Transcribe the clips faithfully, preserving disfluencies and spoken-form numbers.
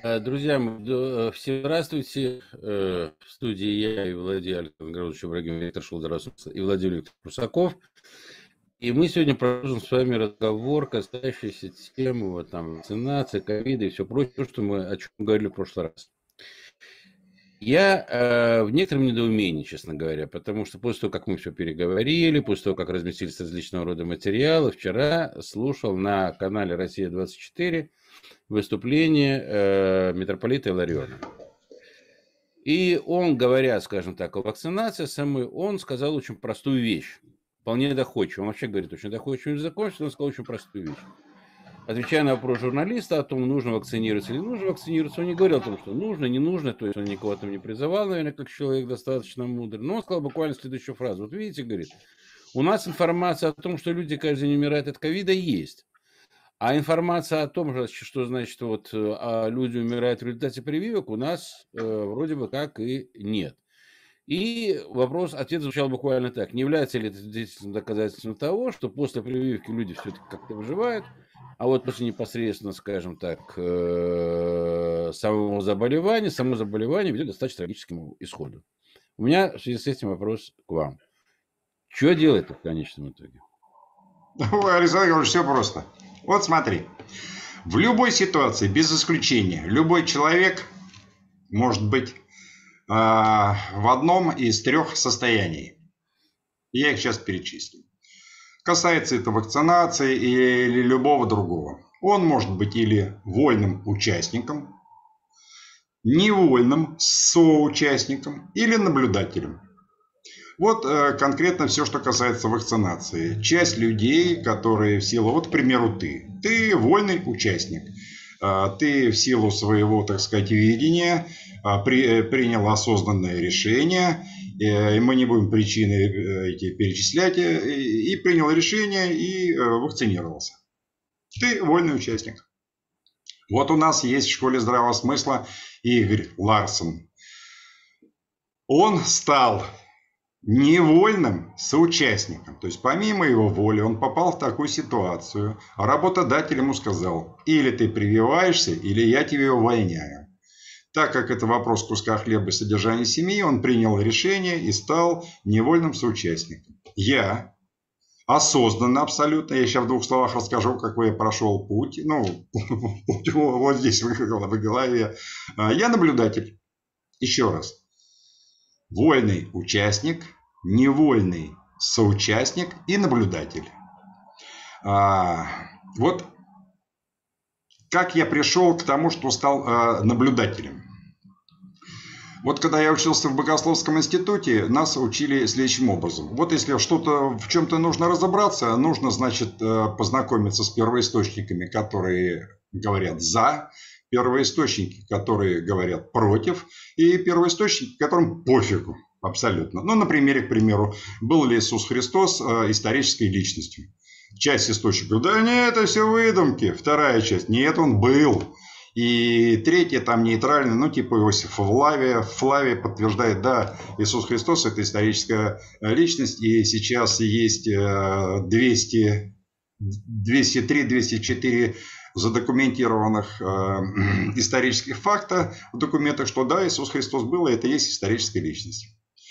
Э, Друзья мои, д- э, всем здравствуйте. Э, В студии я и Владимир Александр Григорьевич Ибрагимов, Виктор Шулдаров и Владимир Викторович Прусаков. И мы сегодня продолжим с вами разговор, касающийся темы вот, там, вакцинации, ковида и все прочее, что мы о чем говорили в прошлый раз. Я э, в некотором недоумении, честно говоря, потому что после того, как мы все переговорили, после того, как разместились различного рода материалы, вчера слушал на канале «Россия двадцать четыре» выступление э, митрополита Илариона. И он, говоря, скажем так, о вакцинации самой, он сказал очень простую вещь, вполне доходчивую. Он вообще говорит очень доходчивым языком, что он сказал очень простую вещь. Отвечая на вопрос журналиста о том, нужно вакцинироваться или не нужно вакцинироваться, он не говорил о том, что нужно, не нужно, то есть он никого там не призывал, наверное, как человек достаточно мудрый, но он сказал буквально следующую фразу. Вот видите, говорит, у нас информация о том, что люди каждый день умирают от ковида, есть. А информация о том, что значит вот а люди умирают в результате прививок, у нас э, вроде бы как и нет. И вопрос, ответ звучал буквально так. Не является ли это действительно доказательством того, что после прививки люди все-таки как-то выживают, а вот после непосредственно, скажем так, э, самого заболевания, само заболевание ведет к достаточно трагическому исходу. У меня в связи с этим вопрос к вам. Что делать в конечном итоге? Ой, Александр Григорьевич, все просто. Вот смотри. В любой ситуации, без исключения, любой человек может быть э, в одном из трех состояний. Я их сейчас перечислю. Касается это вакцинации или любого другого. Он может быть или вольным участником, невольным соучастником или наблюдателем. Вот э, конкретно все, что касается вакцинации. Часть людей, которые в силу, вот, к примеру, ты. Ты вольный участник. Э, ты в силу своего, так сказать, видения э, при, принял осознанное решение. Э, и мы не будем причины э, эти перечислять. Э, и принял решение и э, вакцинировался. Ты вольный участник. Вот у нас есть в школе здравого смысла Игорь Ларсон. Он стал невольным соучастником. То есть помимо его воли он попал в такую ситуацию. А работодатель ему сказал: или ты прививаешься, или я тебя увольняю. Так как это вопрос куска хлеба и содержания семьи, он принял решение и стал невольным соучастником. Я осознанно абсолютно, я сейчас в двух словах расскажу, какой я прошел путь. Ну, путь вот здесь в голове. Я наблюдатель. Еще раз. Вольный участник, невольный соучастник и наблюдатель. А, вот как я пришел к тому, что стал а, наблюдателем. Вот когда я учился в Богословском институте, нас учили следующим образом. Вот если что-то в чем-то нужно разобраться, нужно, значит, познакомиться с первоисточниками, которые говорят «за», первоисточники, которые говорят «против», и первоисточники, которым пофигу абсолютно. Ну, на примере, к примеру, был ли Иисус Христос исторической личностью? Часть источников: да нет, это все выдумки. Вторая часть: нет, он был. И третья там нейтральная, ну типа Иосифа Флавия. Флавия подтверждает: да, Иисус Христос — это историческая личность. И сейчас есть двести, двести три двести четыре задокументированных э, исторических факта в документах, что да, Иисус Христос был, и это есть историческая личность.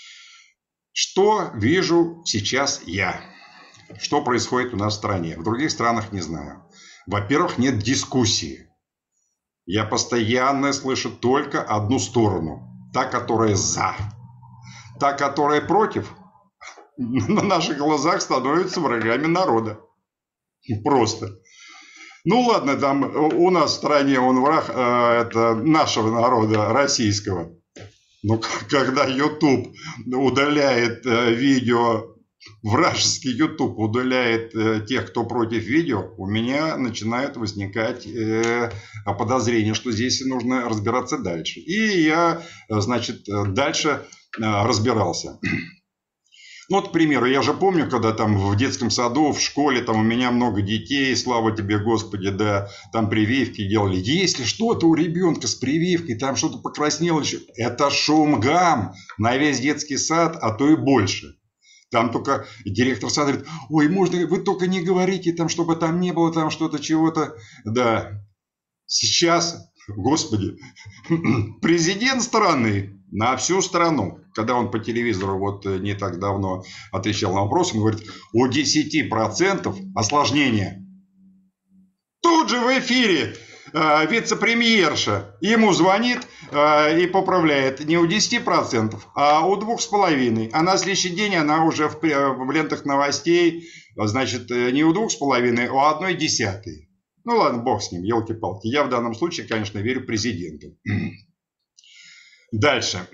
Что вижу сейчас я? Что происходит у нас в стране? В других странах не знаю. Во-первых, нет дискуссии. Я постоянно слышу только одну сторону. Та, которая за. Та, которая против, на наших глазах становятся врагами народа. Просто. Ну ладно, там у нас в стране он враг, это нашего народа, российского. Но когда YouTube удаляет видео, вражеский YouTube удаляет тех, кто против видео, у меня начинают возникать подозрения, что здесь нужно разбираться дальше. И я, значит, дальше разбирался. Ну, вот, к примеру, я же помню, когда там в детском саду, в школе, там у меня много детей, слава тебе, Господи, да, там прививки делали. Если что-то у ребенка с прививкой, там что-то покраснело, это шум-гам на весь детский сад, а то и больше. Там только директор сада говорит: ой, можно, вы только не говорите, там, чтобы там не было там что-то, чего-то. Да, сейчас Господи, президент страны на всю страну, когда он по телевизору вот не так давно отвечал на вопрос, он говорит, у десяти процентов осложнения. Тут же в эфире э, вице-премьерша ему звонит э, и поправляет не у десяти процентов, а у двух с половиной. А на следующий день она уже в, в лентах новостей, значит, не у двух с половиной, а у одной десятой. Ну ладно, бог с ним, елки-палки. Я в данном случае, конечно, верю президенту. Дальше.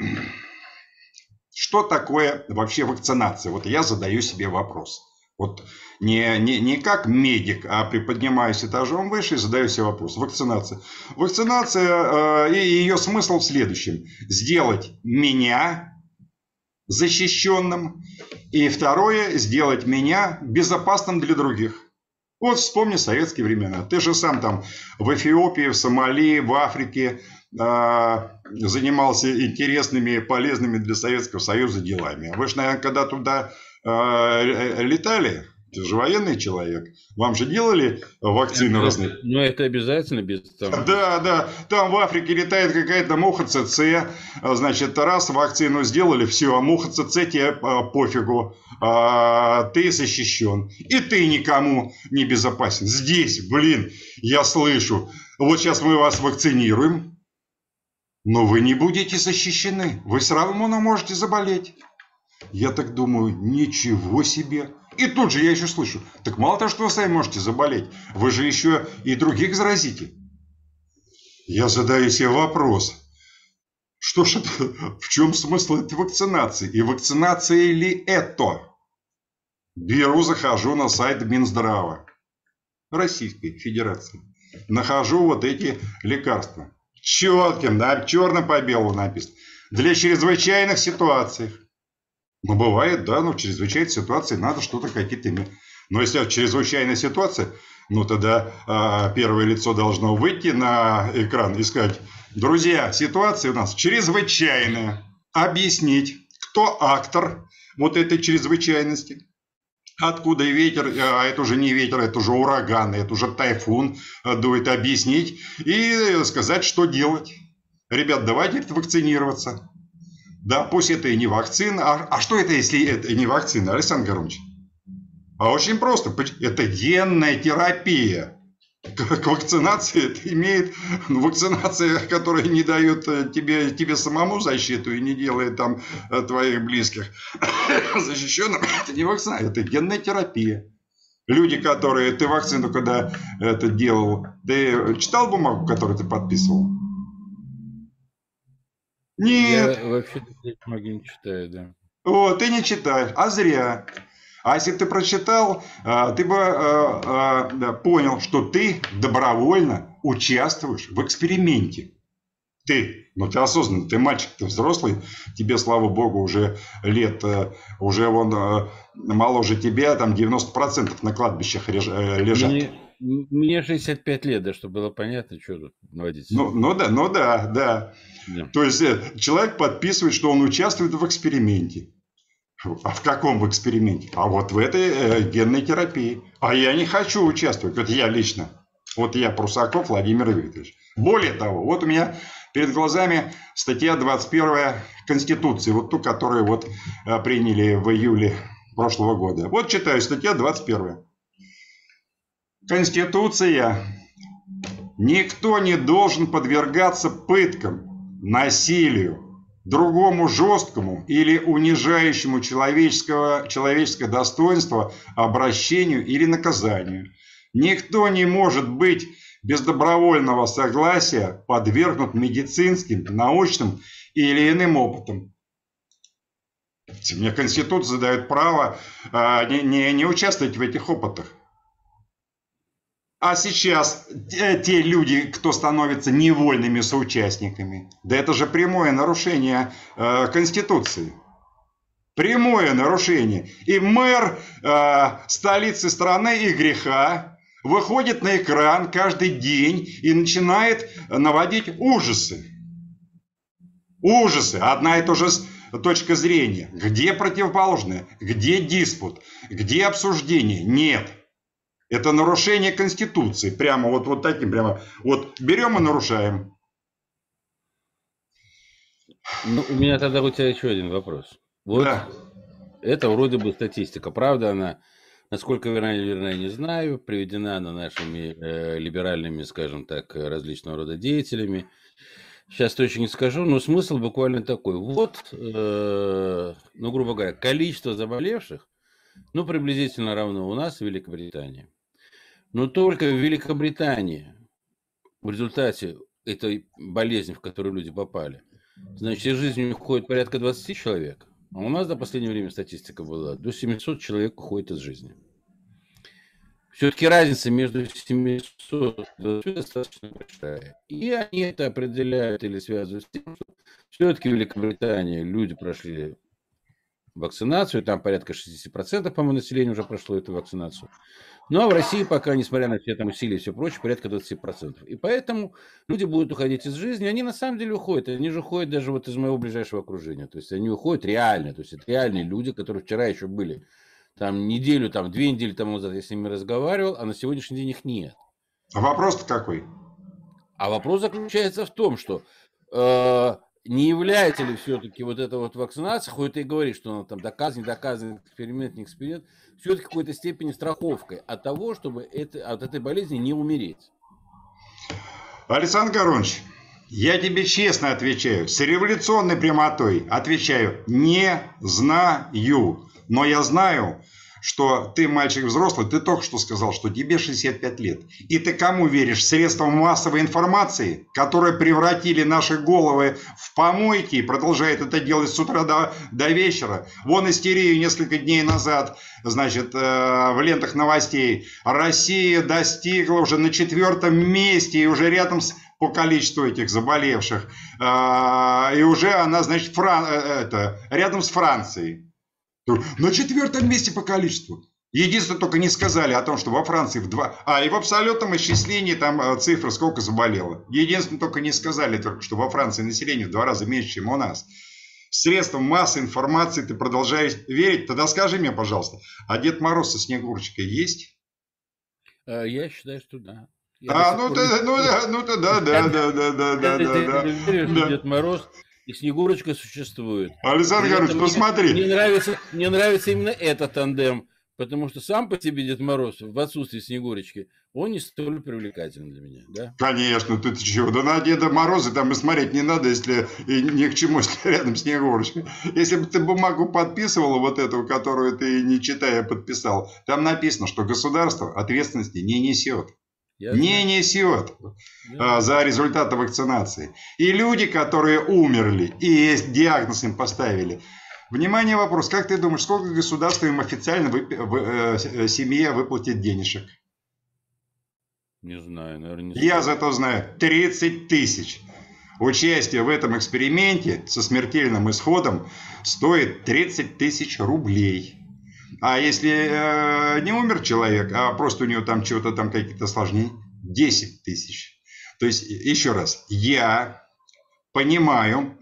Что такое вообще вакцинация? Вот я задаю себе вопрос. Вот не, не, не как медик, а приподнимаюсь этажом выше и задаю себе вопрос. Вакцинация. Вакцинация э, и ее смысл в следующем. Сделать меня защищенным. И второе, сделать меня безопасным для других. Вот вспомни советские времена. Ты же сам там в Эфиопии, в Сомали, в Африке э, занимался интересными, полезными для Советского Союза делами. Вы же, наверное, когда туда э, летали, ты же военный человек, вам же делали вакцины это, разные? Ну, это обязательно без того. Да, да. Там в Африке летает какая-то муха ЦЦ. Значит, раз вакцину сделали, все, муха ЦЦ тебе а, пофигу. А, ты защищен. И ты никому не безопасен. Здесь, блин, я слышу. Вот сейчас мы вас вакцинируем, но вы не будете защищены. Вы все равно можете заболеть. Я так думаю, ничего себе. И тут же я еще слышу, так мало того, что вы сами можете заболеть, вы же еще и других заразите. Я задаю себе вопрос, что ж это, в чем смысл этой вакцинации? И вакцинация ли это? Беру, захожу на сайт Минздрава Российской Федерации, нахожу вот эти лекарства. Четким, да, черным по белому написано. Для чрезвычайных ситуаций. Ну, бывает, да, но в чрезвычайной ситуации надо что-то какие-то иметь. Но если чрезвычайная ситуация, ну, тогда а, первое лицо должно выйти на экран и сказать, друзья, ситуация у нас чрезвычайная. Объяснить, кто автор вот этой чрезвычайности. Откуда ветер, а это уже не ветер, это уже ураган, это уже тайфун дует, объяснить и сказать, что делать. Ребят, давайте вакцинироваться. Да, пусть это и не вакцина. А, а что это, если это не вакцина, Александр Горович? А очень просто. Это генная терапия. К, к вакцинации это имеет... Вакцинация, которая не дает тебе, тебе самому защиту и не делает там твоих близких защищенным, это не вакцина, это генная терапия. Люди, которые... Ты вакцину, когда это делал, ты читал бумагу, которую ты подписывал? Нет. Я вообще такие бумаги не читаю, да. Вот, ты не читаешь, а зря. А если бы ты прочитал, ты бы понял, что ты добровольно участвуешь в эксперименте. Ты, ну ты осознанный, ты мальчик, ты взрослый, тебе, слава богу, уже лет, уже вон моложе тебя, там девяносто процентов на кладбищах лежат. Мне, мне шестьдесят пять лет, да, чтобы было понятно, что тут наводить. Ну, ну да, ну да, да. Да. То есть человек подписывает, что он участвует в эксперименте. А в каком в эксперименте? А вот в этой э, генной терапии. А я не хочу участвовать. Вот я лично. Вот я Прусаков Владимир Викторович. Более того, вот у меня перед глазами статья двадцать первая Конституции. Вот ту, которую вот э, приняли в июле прошлого года. Вот читаю, статья двадцать первая. Конституция. Никто не должен подвергаться пыткам, насилию, другому жесткому или унижающему человеческого, человеческое достоинство обращению или наказанию. Никто не может быть без добровольного согласия подвергнут медицинским, научным или иным опытам. Мне Конституция дает право а, не, не, не участвовать в этих опытах. А сейчас те люди, кто становится невольными соучастниками, да это же прямое нарушение э, Конституции. Прямое нарушение. И мэр э, столицы страны и греха выходит на экран каждый день и начинает наводить ужасы. Ужасы. Одна и та же точка зрения. Где противоположное? Где диспут? Где обсуждение? Нет. Это нарушение Конституции. Прямо вот, вот таким, прямо. Вот берем и нарушаем. Ну, у меня тогда у тебя еще один вопрос. Вот Да. это вроде бы статистика. Правда она, насколько верна или верна, я не знаю, приведена она нашими э, либеральными, скажем так, э, различного рода деятелями. Сейчас точно не скажу, но смысл буквально такой. Вот, э, ну, грубо говоря, количество заболевших, ну, приблизительно равно у нас в Великобритании. Но только в Великобритании в результате этой болезни, в которую люди попали, значит, из жизни уходит порядка двадцать человек, а у нас до последнего времени статистика была, до семисот человек уходит из жизни. Все-таки разница между семисот и двадцатью достаточно большая. И они это определяют или связывают с тем, что все-таки в Великобритании люди прошли вакцинацию, там порядка шестьдесят процентов, по-моему, населения уже прошло эту вакцинацию. Ну, а в России пока, несмотря на все там усилия и все прочее, порядка двадцать процентов. И поэтому люди будут уходить из жизни. Они на самом деле уходят. Они же уходят даже вот из моего ближайшего окружения. То есть они уходят реально. То есть это реальные люди, которые вчера еще были там неделю, там две недели тому назад я с ними разговаривал, а на сегодняшний день их нет. А вопрос-то какой? А вопрос заключается в том, что э, не является ли все-таки вот эта вот вакцинация, хоть ты и говоришь, что она там доказан, не доказан, эксперимент, не эксперимент, все-таки в какой-то степени страховкой от того, чтобы это, от этой болезни не умереть. Александр Горович, я тебе честно отвечаю, с революционной прямотой отвечаю, не знаю. Но я знаю, что ты мальчик взрослый, ты только что сказал, что тебе шестьдесят пять лет. И ты кому веришь? Средствам массовой информации, которые превратили наши головы в помойки и продолжают это делать с утра до, до вечера. Вон истерию несколько дней назад, значит, э, в лентах новостей. Россия достигла уже на четвертом месте и уже рядом с... по количеству этих заболевших. Э, и уже она, значит, Фран... это, рядом с Францией. На четвертом месте по количеству. Единственное, только не сказали о том, что во Франции в два... А, и в абсолютном исчислении там цифры, сколько заболело. Единственное, только не сказали, только, что во Франции население в два раза меньше, чем у нас. Средством массы информации ты продолжаешь верить. Тогда скажи мне, пожалуйста, а Дед Мороз со Снегурочкой есть? Я считаю, что да. Я а, ну ты, ну да, ну ты, да, да, да, да, да, да, да, да. Дед Мороз и Снегурочка существует. Александр Горович, посмотри. Мне нравится, мне нравится именно этот тандем, потому что сам по себе Дед Мороз в отсутствии Снегурочки, он не столь привлекательный для меня, да? Конечно, ты чего? Да на Деда Мороза там и смотреть не надо, если и ни к чему, если рядом Снегурочка. Если бы ты бумагу подписывала, вот эту, которую ты не читая подписал, там написано, что государство ответственности не несет. Я не знаю. несет а, за результаты вакцинации. И люди, которые умерли, и диагноз им поставили. Внимание, вопрос. Как ты думаешь, сколько государство им официально вы, в, э, семье выплатит денежек? Не знаю, наверное, не Я зато знаю. тридцать тысяч. Участие в этом эксперименте со смертельным исходом стоит тридцать тысяч рублей. А если э, не умер человек, а просто у него там чего-то там какие-то осложнения, десять тысяч. То есть, еще раз, я понимаю,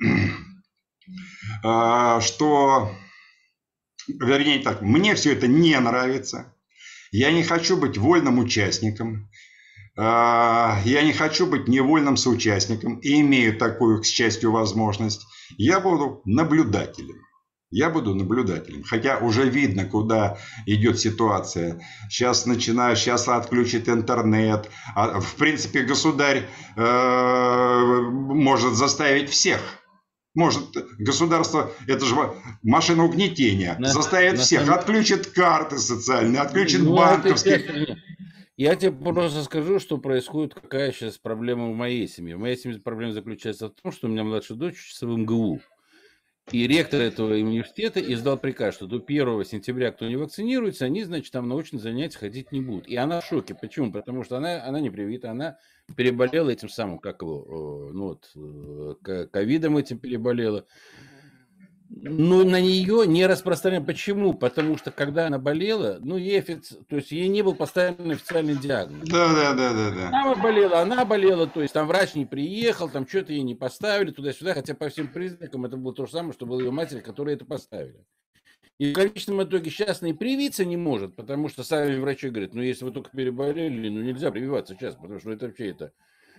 э, что, вернее так, мне все это не нравится. Я не хочу быть вольным участником. Э, я не хочу быть невольным соучастником и имею такую, к счастью, возможность. Я буду наблюдателем. Я буду наблюдателем, хотя уже видно, куда идет ситуация. Сейчас начинаю, сейчас отключит интернет. А, в принципе, государь э, может заставить всех. Может, государство, это же машина угнетения, на, заставит на всех, самом... отключит карты социальные, отключит ну, банковские. Я тебе просто скажу, что происходит, какая сейчас проблема в моей семье. В моей семье проблема заключается в том, что у меня младшая дочь учится в эм гэ у. И ректор этого университета издал приказ, что до первого сентября, кто не вакцинируется, они, значит, там на очные занятия ходить не будут. И она в шоке. Почему? Потому что она, она не привита, она переболела этим самым, как его, ну вот, ковидом этим переболела. Но на нее не распространено. Почему? Потому что когда она болела, ну, ей, то есть ей не был поставлен официальный диагноз. Да, да, да, да, да. Она болела, она болела, то есть там врач не приехал, там что-то ей не поставили туда-сюда, хотя по всем признакам это было то же самое, что было ее матери, которой это поставили. И в конечном итоге сейчас она и привиться не может, потому что сами врачи говорят, ну, если вы только переболели, ну, нельзя прививаться сейчас, потому что это вообще это,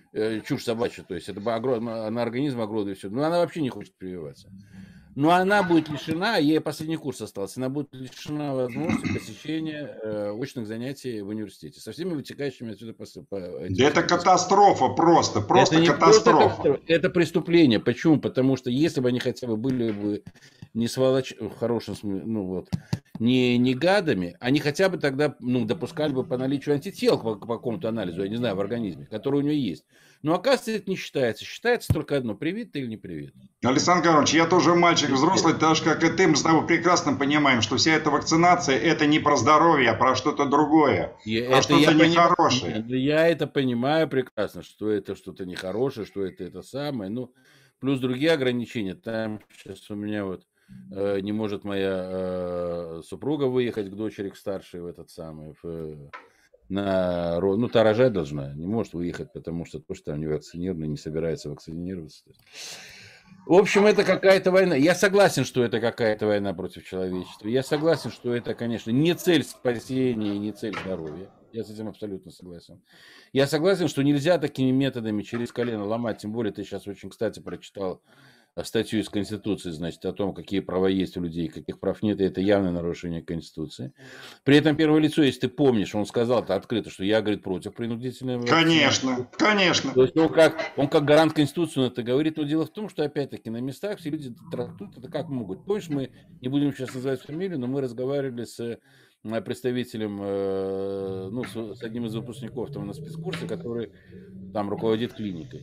э, чушь собачья, то есть это агро, на, на организм огромный все, но она вообще не хочет прививаться. Но она будет лишена, ей последний курс остался, она будет лишена возможности посещения э, очных занятий в университете со всеми вытекающими отсюда по, по этим Да это самым. катастрофа просто, просто Это не просто катастрофа. катастрофа, это преступление. Почему? Потому что если бы они хотя бы были бы не сволоч... в хорошем смысле, ну вот, не, не гадами, они хотя бы тогда, ну, допускали бы по наличию антител по, по какому-то анализу, я не знаю, в организме, который у него есть. Но оказывается, это не считается. Считается только одно: привит ты или не привит. Александр Горович, я тоже мальчик взрослый, так же, как и ты, мы с тобой прекрасно понимаем, что вся эта вакцинация – это не про здоровье, а про что-то другое, И про это что-то я нехорошее. понимаю, я это понимаю прекрасно, что это что-то нехорошее, что это это самое. Ну, плюс другие ограничения. Там сейчас у меня вот э, не может моя э, супруга выехать к дочери, к старшей в этот самый, в, на, ро- ну, та рожать должна, не может выехать, потому что то, что там не вакцинированы, не собирается вакцинироваться. В общем, это какая-то война. Я согласен, что это какая-то война против человечества. Я согласен, что это, конечно, не цель спасения и не цель здоровья. Я с этим абсолютно согласен. Я согласен, что нельзя такими методами через колено ломать. Тем более ты сейчас очень, кстати, прочитал статью из Конституции, значит, о том, какие права есть у людей, каких прав нет, и это явное нарушение Конституции. При этом первое лицо, если ты помнишь, он сказал-то открыто, что я, говорит, против принудительной вакцинации. Конечно, конечно. То есть он как, он как гарант Конституции это говорит, но дело в том, что опять-таки на местах все люди трактуют это как могут. Помнишь, мы не будем сейчас называть фамилию, но мы разговаривали с представителем, ну, с одним из выпускников там на спецкурсе, который там руководит клиникой.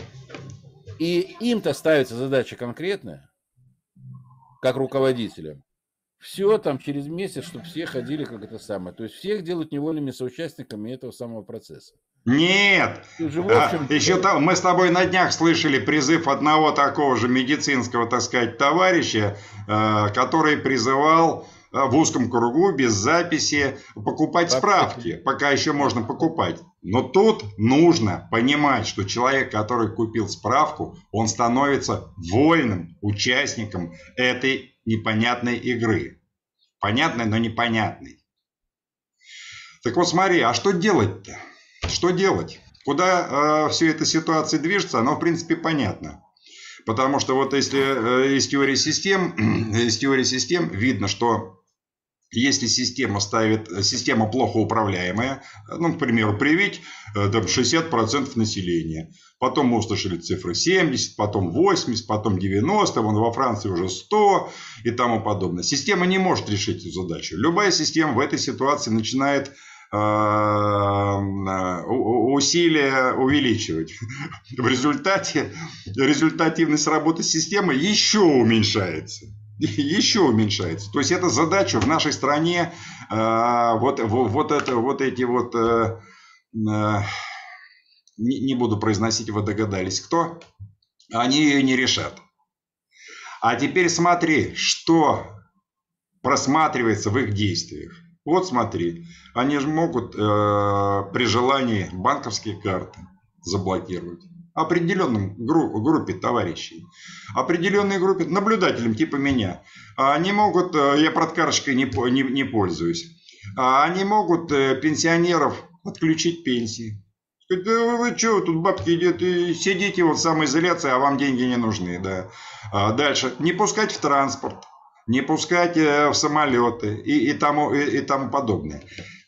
И им-то ставится задача конкретная, как руководителям. Все там через месяц, чтобы все ходили как это самое. То есть всех делают невольными соучастниками этого самого процесса. Нет, Уже, а, общем, еще там, мы с тобой на днях слышали призыв одного такого же медицинского, так сказать, товарища, э, который призывал э, в узком кругу, без записи, покупать справки, пока еще можно покупать. Но тут нужно понимать, что человек, который купил справку, он становится вольным участником этой непонятной игры. Понятной, но непонятной. Так вот смотри, а что делать-то? Что делать? Куда э, все эта ситуация движется, оно в принципе понятно. Потому что вот если э, из теории систем, из теории систем видно, что если система ставит, система плохо управляемая, ну, к примеру, привить э, там шестьдесят процентов населения, потом мы услышали цифры семьдесят, потом восемьдесят, потом девяносто, вон во Франции уже сто и тому подобное. Система не может решить эту задачу. Любая система в этой ситуации начинает усилия увеличивать. В результате результативность работы системы еще уменьшается. Еще уменьшается. То есть, эта задача в нашей стране, вот, вот, это, вот эти вот, не, не буду произносить, вы догадались, кто, они ее не решат. А теперь смотри, что просматривается в их действиях. Вот смотри, они же могут э, при желании банковские карты заблокировать. Определенной групп, группе товарищей. Определенной группе, наблюдателям типа меня. Они могут, я продкарточкой не, не, не пользуюсь, они могут э, пенсионеров отключить пенсии. Сказать, да вы что, тут бабки идет, и сидите вот в самоизоляции, а вам деньги не нужны. Да. А дальше, не пускать в транспорт. Не пускать в самолеты и, и, тому, и, и тому подобное.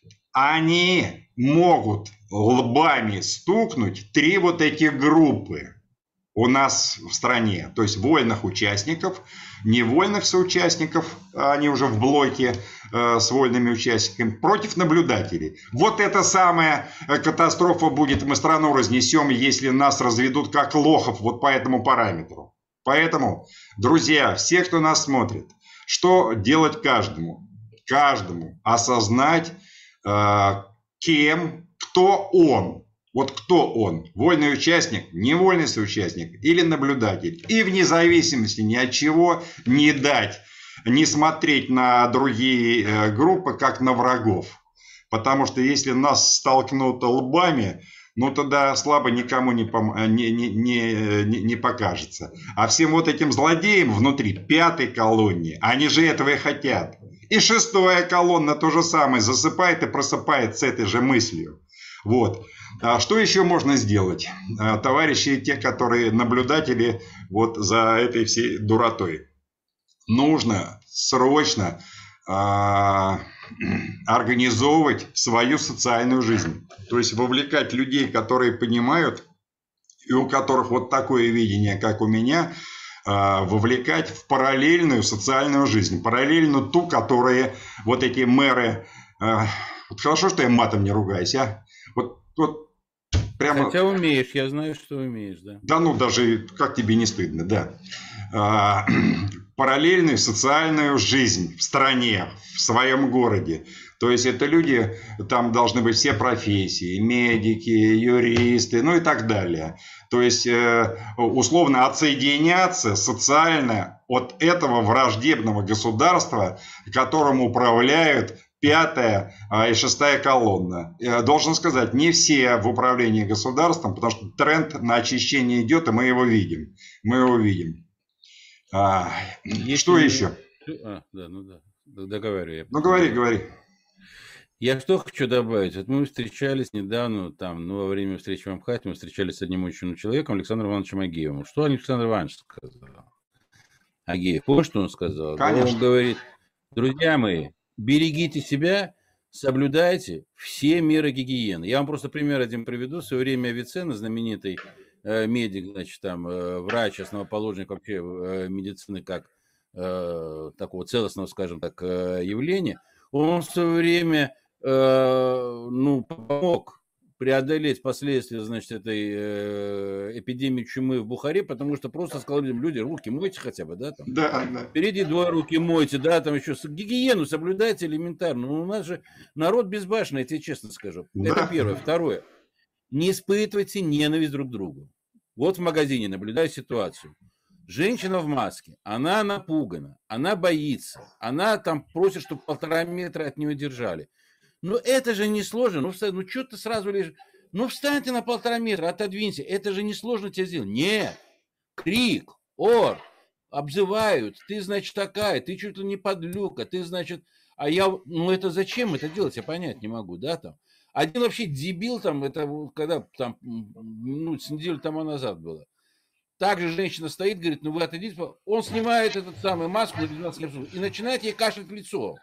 Они могут лбами стукнуть три вот эти группы у нас в стране. То есть вольных участников, невольных соучастников, они уже в блоке э, с вольными участниками, против наблюдателей. Вот эта самая катастрофа будет, мы страну разнесем, если нас разведут как лохов вот по этому параметру. Поэтому, друзья, все, кто нас смотрит, что делать каждому? Каждому осознать, э, кем, кто он. Вот кто он? Вольный участник, невольный соучастник или наблюдатель. И вне зависимости ни от чего не дать, не смотреть на другие э, группы, как на врагов. Потому что если нас столкнут лбами, ну тогда слабо никому не, пом- не, не, не, не покажется. А всем вот этим злодеям внутри пятой колонии, они же этого и хотят. И шестая колонна то же самое засыпает и просыпает с этой же мыслью. Вот. А что еще можно сделать? Товарищи, те, которые наблюдатели вот за этой всей дуротой. Нужно срочно а, организовывать свою социальную жизнь. То есть вовлекать людей, которые понимают, и у которых вот такое видение, как у меня, а, вовлекать в параллельную социальную жизнь. Параллельно ту, которые вот эти мэры... А, вот хорошо, что я матом не ругаюсь, а? Вот, вот прямо... Хотя умеешь, я знаю, что умеешь, да. Да ну, даже как тебе не стыдно, да. А, параллельную социальную жизнь в стране, в своем городе. То есть это люди, там должны быть все профессии, медики, юристы, ну и так далее. То есть условно отсоединяться социально от этого враждебного государства, которым управляют пятая и шестая колонна. Должен сказать, не все в управлении государством, потому что тренд на очищение идет, и мы его видим. Мы его видим. А, что еще? А, да, ну да, договариваю. Ну говори, говори. Я что хочу добавить. Вот мы встречались недавно, там, ну, во время встречи в Амхате, мы встречались с одним ученым человеком, Александром Ивановичем Агеевым. Что Александр Иванович сказал? Агеев, помнишь, что он сказал? Конечно. Он говорит, друзья мои, берегите себя, соблюдайте все меры гигиены. Я вам просто пример один приведу. В свое время Авиценна, знаменитый э, медик, значит, там, э, врач, основоположник вообще э, медицины как э, такого целостного, скажем так, э, явления, он в свое время э, ну, помог преодолеть последствия, значит, этой э, эпидемии чумы в Бухаре, потому что просто сказал людям, люди, руки мойте хотя бы, да, там. Да, да. Впереди два руки мойте, да, там еще гигиену соблюдайте элементарно. Ну, у нас же народ безбашенный, я тебе честно скажу. Да. Это первое. Второе. Не испытывайте ненависть друг к другу. Вот в магазине наблюдаю ситуацию. Женщина в маске, она напугана, она боится, она там просит, чтобы полтора метра от нее держали. Ну, это же не сложно. Ну, встань, ну, что ты сразу лежишь? Ну, встаньте на полтора метра, отодвинься. Это же не сложно тебе сделать. Нет. Крик, ор, обзывают. Ты, значит, такая, ты чуть ли не подлюка, ты, значит... А я... Ну, это зачем это делать? Я понять не могу, да, там. Один вообще дебил там, это когда там, ну, с неделю тому назад было. Также женщина стоит, говорит, ну, вы отойдите. Он снимает этот самый маску и начинает ей кашлять в лицо.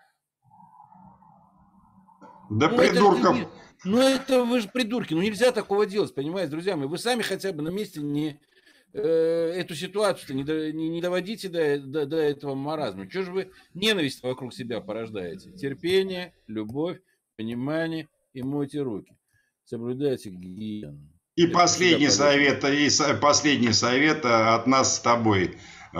Да ну, придурков. Это, ну это вы же придурки, ну нельзя такого делать, понимаете, друзья мои. Вы сами хотя бы на месте не э, эту ситуацию не, до, не, не доводите до, до, до этого маразма. Чего же вы ненависть вокруг себя порождаете? Терпение, любовь, понимание и мойте руки. Соблюдайте гигиену. И это последний совет, и последний совет от нас с тобой.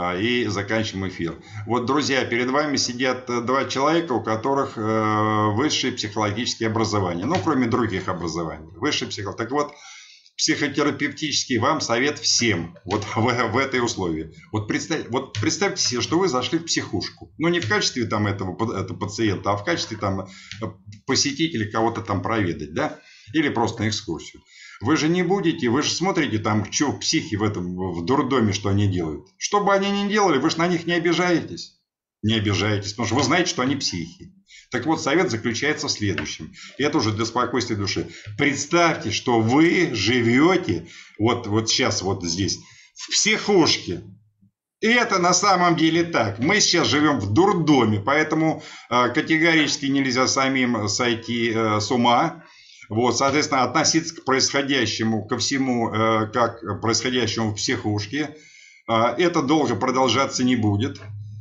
И заканчиваем эфир. Вот, друзья, перед вами сидят два человека, у которых высшее психологическое образование. Ну, кроме других образований. Высшее психологическое. Так вот, психотерапевтический вам совет всем вот в, в этой условии. Вот, представь, вот представьте себе, что вы зашли в психушку. Ну, не в качестве там этого, этого пациента, а в качестве там посетителя кого-то там проведать, да? Или просто на экскурсию. Вы же не будете, вы же смотрите там, что психи в этом, в дурдоме, что они делают. Что бы они ни делали, вы же на них не обижаетесь. Не обижаетесь, потому что вы знаете, что они психи. Так вот, совет заключается в следующем. И это уже для спокойствия души. Представьте, что вы живете вот, вот сейчас вот здесь, в психушке. И это на самом деле так. Мы сейчас живем в дурдоме, поэтому э, категорически нельзя самим сойти э, с ума. Вот, соответственно, относиться к происходящему, ко всему, э, как происходящему в психушке, э, это долго продолжаться не будет.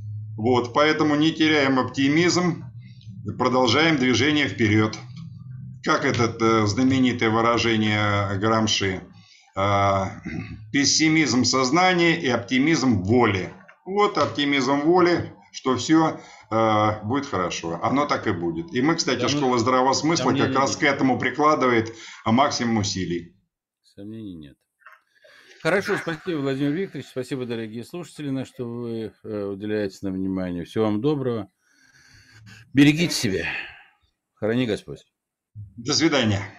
Вот, поэтому не теряем оптимизм, продолжаем движение вперед. Как это э, знаменитое выражение Грамши, э, пессимизм сознания и оптимизм воли. Вот оптимизм воли, что все э, будет хорошо. Оно так и будет. И мы, кстати, да, школа здравого смысла как раз нет. К этому прикладывает максимум усилий. Сомнений нет. Хорошо, спасибо, Владимир Викторович. Спасибо, дорогие слушатели, на что вы э, уделяете нам внимание. Всего вам доброго. Берегите себя. Храни Господь. До свидания.